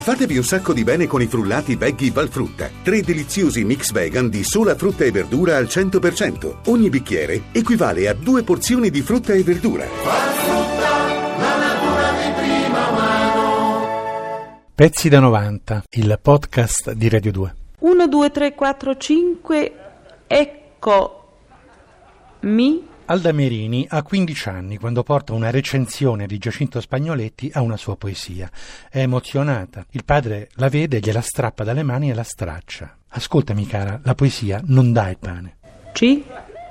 Fatevi un sacco di bene con i frullati veggie Valfrutta. 3 deliziosi mix vegan di sola frutta e verdura al 100%. Ogni bicchiere equivale a 2 porzioni di frutta e verdura. Valfrutta, la natura di prima mano. Pezzi da 90, il podcast di Radio 2. 1, 2, 3, 4, 5, ecco mi. Alda Merini ha 15 anni quando porta una recensione di Giacinto Spagnoletti a una sua poesia. È emozionata. Il padre la vede, gliela strappa dalle mani e la straccia. Ascoltami cara, la poesia non dà il pane. Ci?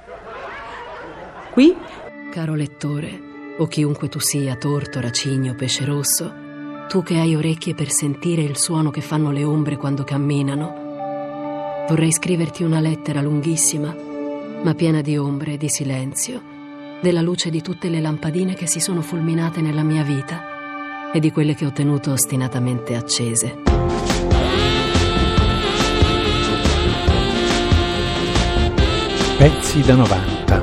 Qui? Caro lettore, o chiunque tu sia, tortora, cigno, pesce rosso, tu che hai orecchie per sentire il suono che fanno le ombre quando camminano, vorrei scriverti una lettera lunghissima, ma piena di ombre e di silenzio, della luce di tutte le lampadine che si sono fulminate nella mia vita e di quelle che ho tenuto ostinatamente accese. Pezzi da 90.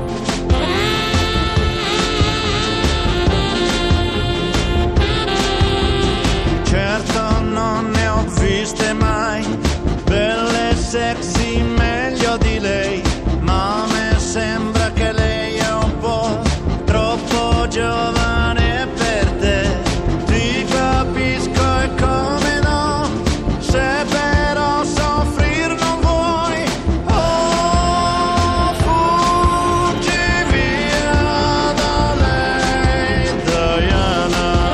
Certo non ne ho viste mai, belle sexy meglio di lei, ma a me sembra che lei è un po' troppo giovane per te. Ti capisco e come no, se però soffrir non vuoi, oh, fuggi via da lei, Diana.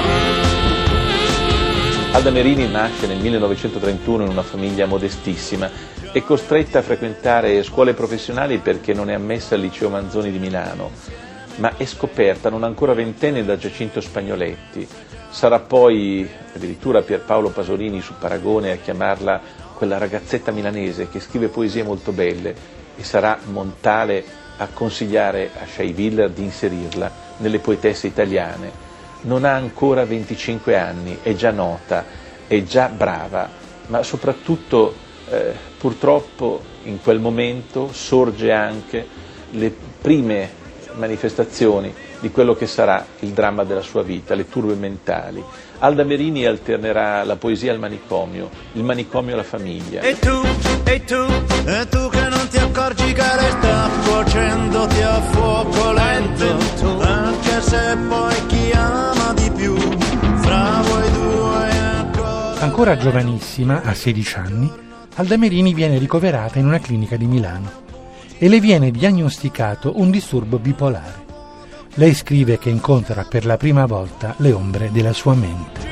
Alda Merini nasce nel 1931 in una famiglia modestissima. È costretta a frequentare scuole professionali perché non è ammessa al liceo Manzoni di Milano, ma è scoperta non ancora ventenne da Giacinto Spagnoletti. Sarà poi addirittura Pierpaolo Pasolini su Paragone a chiamarla quella ragazzetta milanese che scrive poesie molto belle, e sarà Montale a consigliare a Shai Willer di inserirla nelle poetesse italiane. Non ha ancora 25 anni, è già nota, è già brava, ma soprattutto purtroppo in quel momento sorge anche le prime manifestazioni di quello che sarà il dramma della sua vita, le turbe mentali. Alda Merini alternerà la poesia al manicomio, il manicomio alla famiglia. E tu che non ti accorgi che sta cuocendoti a fuoco lento, anche se poi chi ama di più fra voi due è Ancora giovanissima, a 16 anni, Alda Merini viene ricoverata in una clinica di Milano e le viene diagnosticato un disturbo bipolare. Lei scrive che incontra per la prima volta le ombre della sua mente.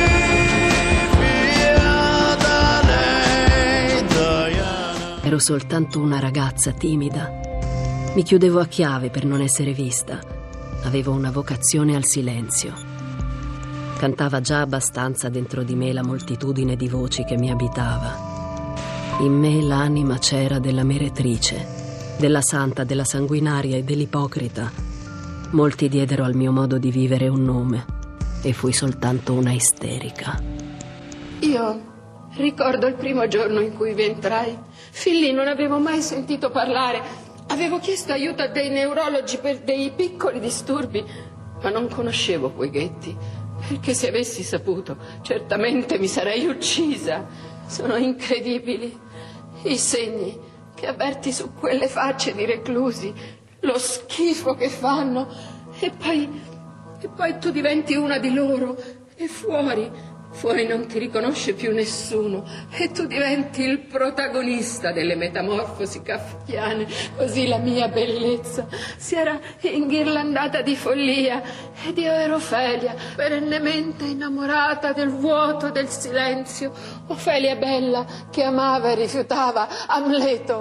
Ero soltanto una ragazza timida. Mi chiudevo a chiave per non essere vista. Avevo una vocazione al silenzio. Cantava già abbastanza dentro di me la moltitudine di voci che mi abitava. In me l'anima c'era della meretrice, della santa, della sanguinaria e dell'ipocrita. Molti diedero al mio modo di vivere un nome e fui soltanto una isterica. Io ricordo il primo giorno in cui vi entrai. Fin lì non avevo mai sentito parlare. Avevo chiesto aiuto a dei neurologi per dei piccoli disturbi, ma non conoscevo quei ghetti, perché se avessi saputo certamente mi sarei uccisa. Sono incredibili i segni che avverti su quelle facce di reclusi, lo schifo che fanno, e poi tu diventi una di loro e fuori non ti riconosce più nessuno e tu diventi il protagonista delle metamorfosi kafkiane. Così la mia bellezza si era inghirlandata di follia ed io ero Ofelia, perennemente innamorata del vuoto, del silenzio. Ofelia bella che amava e rifiutava Amleto.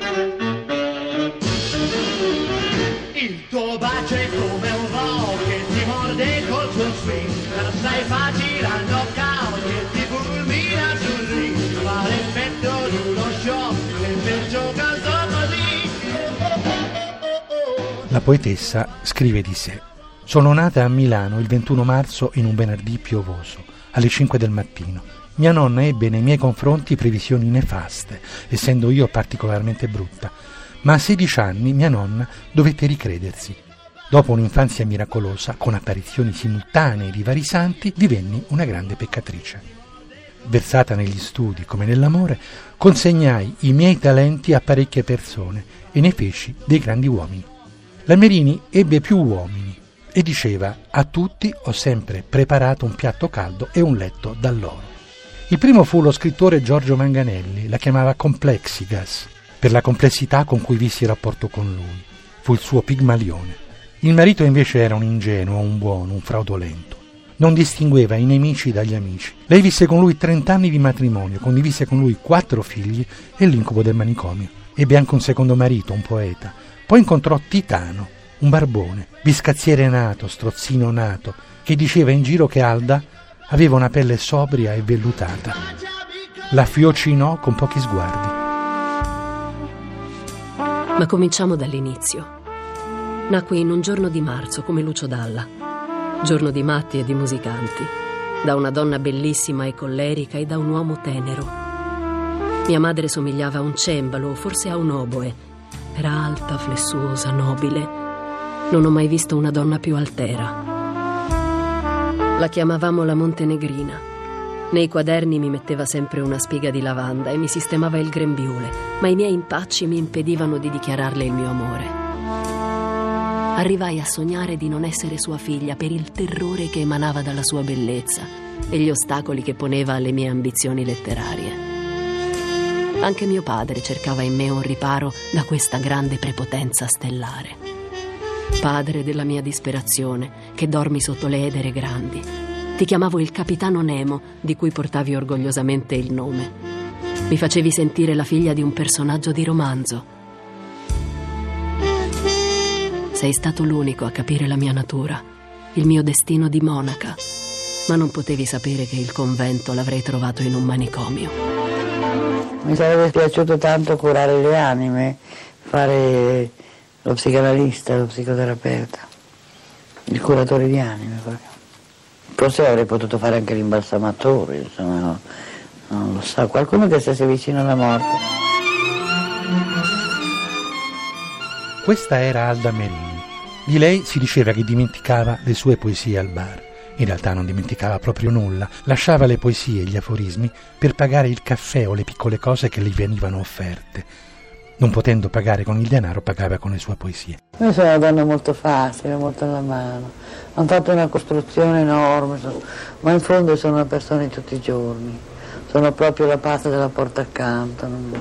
Il tuo bacio è come un rock che ti morde col tuo swing, assai facile al knockout che ti fulmina sul ring, fa l'effetto di uno shock e per giocato così. La poetessa scrive di sé: sono nata a Milano il 21 marzo in un venerdì piovoso, alle 5 del mattino. Mia nonna ebbe nei miei confronti previsioni nefaste, essendo io particolarmente brutta. Ma a 16 anni mia nonna dovette ricredersi. Dopo un'infanzia miracolosa, con apparizioni simultanee di vari santi, divenni una grande peccatrice. versata negli studi come nell'amore, consegnai i miei talenti a parecchie persone e ne feci dei grandi uomini. La Merini ebbe più uomini e diceva: a tutti ho sempre preparato un piatto caldo e un letto d'alloro. Il primo fu lo scrittore Giorgio Manganelli, la chiamava Complexigas, per la complessità con cui vissi il rapporto con lui. Fu il suo Pigmalione. Il marito invece era un ingenuo, un buono, un fraudolento. Non distingueva i nemici dagli amici. Lei visse con lui 30 anni di matrimonio, condivise con lui 4 figli e l'incubo del manicomio. Ebbe anche un secondo marito, un poeta. Poi incontrò Titano, un barbone, biscazziere nato, strozzino nato, che diceva in giro che Alda aveva una pelle sobria e vellutata. La fiocinò con pochi sguardi. Ma cominciamo dall'inizio. Nacque in un giorno di marzo come Lucio Dalla, giorno di matti e di musicanti, da una donna bellissima e collerica e da un uomo tenero. Mia madre somigliava a un cembalo o forse a un oboe. Era alta, flessuosa, nobile. Non ho mai visto una donna più altera. La chiamavamo la Montenegrina. Nei quaderni mi metteva sempre una spiga di lavanda e mi sistemava il grembiule, ma i miei impacci mi impedivano di dichiararle il mio amore. Arrivai a sognare di non essere sua figlia per il terrore che emanava dalla sua bellezza e gli ostacoli che poneva alle mie ambizioni letterarie. Anche mio padre cercava in me un riparo da questa grande prepotenza stellare. Padre della mia disperazione, che dormi sotto le edere grandi. Ti chiamavo il capitano Nemo, di cui portavi orgogliosamente il nome. Mi facevi sentire la figlia di un personaggio di romanzo. Sei stato l'unico a capire la mia natura, il mio destino di monaca, ma non potevi sapere che il convento l'avrei trovato in un manicomio. Mi sarebbe piaciuto tanto curare le anime, fare lo psicanalista, lo psicoterapeuta, il curatore di anime proprio. Forse avrei potuto fare anche l'imbalsamatore, insomma, no, non lo so, qualcuno che stesse vicino alla morte. Questa era Alda Merini. Di lei si diceva che dimenticava le sue poesie al bar. In realtà non dimenticava proprio nulla. Lasciava le poesie e gli aforismi per pagare il caffè o le piccole cose che gli venivano offerte. Non potendo pagare con il denaro, pagava con le sue poesie. Io sono una donna molto facile, molto alla mano. Hanno fatto una costruzione enorme, ma in fondo sono una persona di tutti i giorni. Sono proprio la pazza della porta accanto.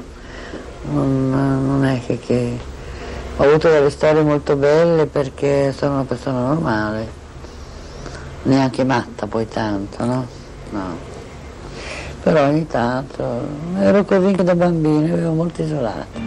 Non è che... Ho avuto delle storie molto belle perché sono una persona normale, neanche matta poi tanto, no? No. Però ogni tanto ero così anche da bambina, avevo molto isolato.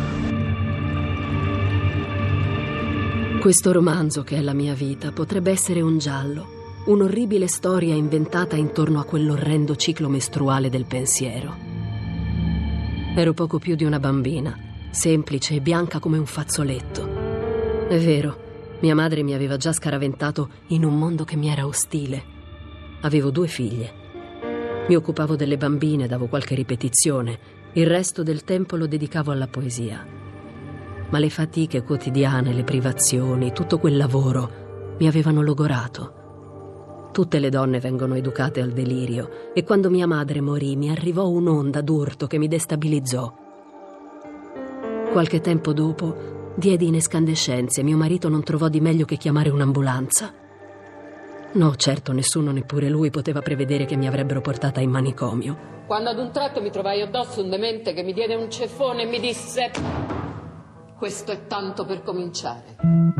Questo romanzo, che è la mia vita, potrebbe essere un giallo, un'orribile storia inventata intorno a quell'orrendo ciclo mestruale del pensiero. Ero poco più di una bambina, semplice e bianca come un fazzoletto. È vero, mia madre mi aveva già scaraventato in un mondo che mi era ostile. Avevo 2 figlie. Mi occupavo delle bambine, davo qualche ripetizione. Il resto del tempo lo dedicavo alla poesia. Ma le fatiche quotidiane, le privazioni, tutto quel lavoro mi avevano logorato. Tutte le donne vengono educate al delirio e quando mia madre morì mi arrivò un'onda d'urto che mi destabilizzò. Qualche tempo dopo diedi in escandescenze e mio marito non trovò di meglio che chiamare un'ambulanza. No, certo, nessuno, neppure lui, poteva prevedere che mi avrebbero portata in manicomio. Quando ad un tratto mi trovai addosso un demente che mi diede un ceffone e mi disse: questo è tanto per cominciare.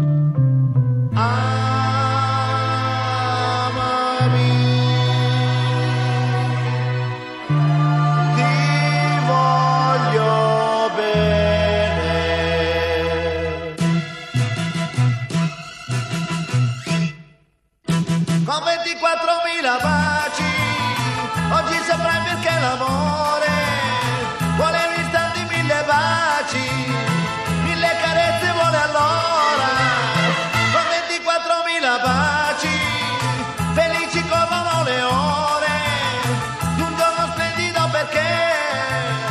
Con 24.000 baci, oggi saprai perché l'amore vuole istanti 1000 baci, 1000 carezze vuole allora. Con 24.000 baci, felici corrono le ore di un giorno splendido perché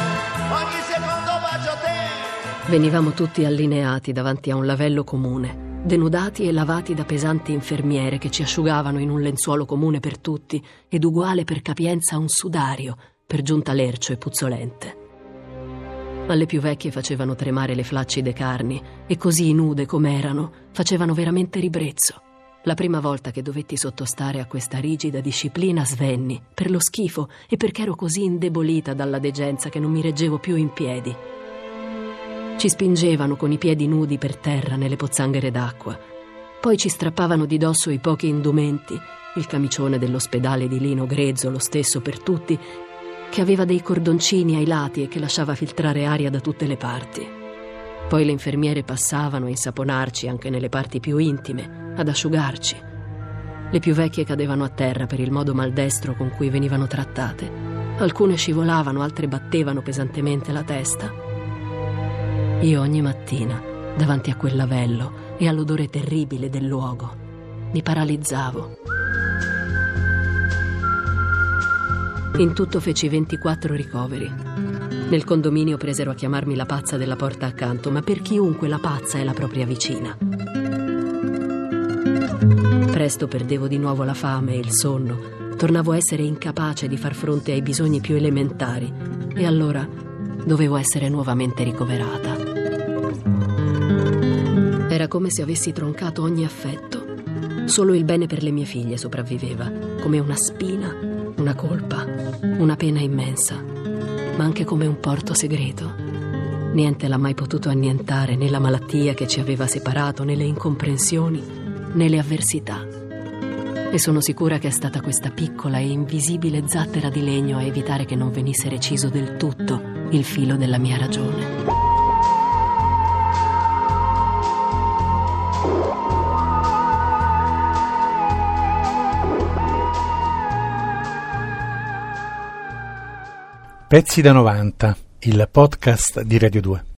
ogni secondo bacio te. Venivamo tutti allineati davanti a un lavello comune. denudati e lavati da pesanti infermiere che ci asciugavano in un lenzuolo comune per tutti ed uguale per capienza a un sudario, per giunta lercio e puzzolente. Alle più vecchie facevano tremare le flaccide carni e così nude com'erano facevano veramente ribrezzo. La prima volta che dovetti sottostare a questa rigida disciplina svenni per lo schifo e perché ero così indebolita dalla degenza che non mi reggevo più in piedi. Ci spingevano con i piedi nudi per terra nelle pozzanghere d'acqua. Poi ci strappavano di dosso i pochi indumenti, il camicione dell'ospedale di lino grezzo, lo stesso per tutti, che aveva dei cordoncini ai lati e che lasciava filtrare aria da tutte le parti. Poi le infermiere passavano a insaponarci anche nelle parti più intime, ad asciugarci. Le più vecchie cadevano a terra per il modo maldestro con cui venivano trattate. Alcune scivolavano, altre battevano pesantemente la testa. Io ogni mattina, davanti a quel lavello e all'odore terribile del luogo, mi paralizzavo. In tutto feci 24 ricoveri. Nel condominio presero a chiamarmi la pazza della porta accanto, ma per chiunque la pazza è la propria vicina. Presto perdevo di nuovo la fame e il sonno, tornavo a essere incapace di far fronte ai bisogni più elementari e allora dovevo essere nuovamente ricoverata. Era come se avessi troncato ogni affetto. Solo il bene per le mie figlie sopravviveva, come una spina, una colpa, una pena immensa, ma anche come un porto segreto. Niente l'ha mai potuto annientare, né la malattia che ci aveva separato, né le incomprensioni, né le avversità. E sono sicura che è stata questa piccola e invisibile zattera di legno a evitare che non venisse reciso del tutto il filo della mia ragione. Pezzi da 90, il podcast di Radio 2.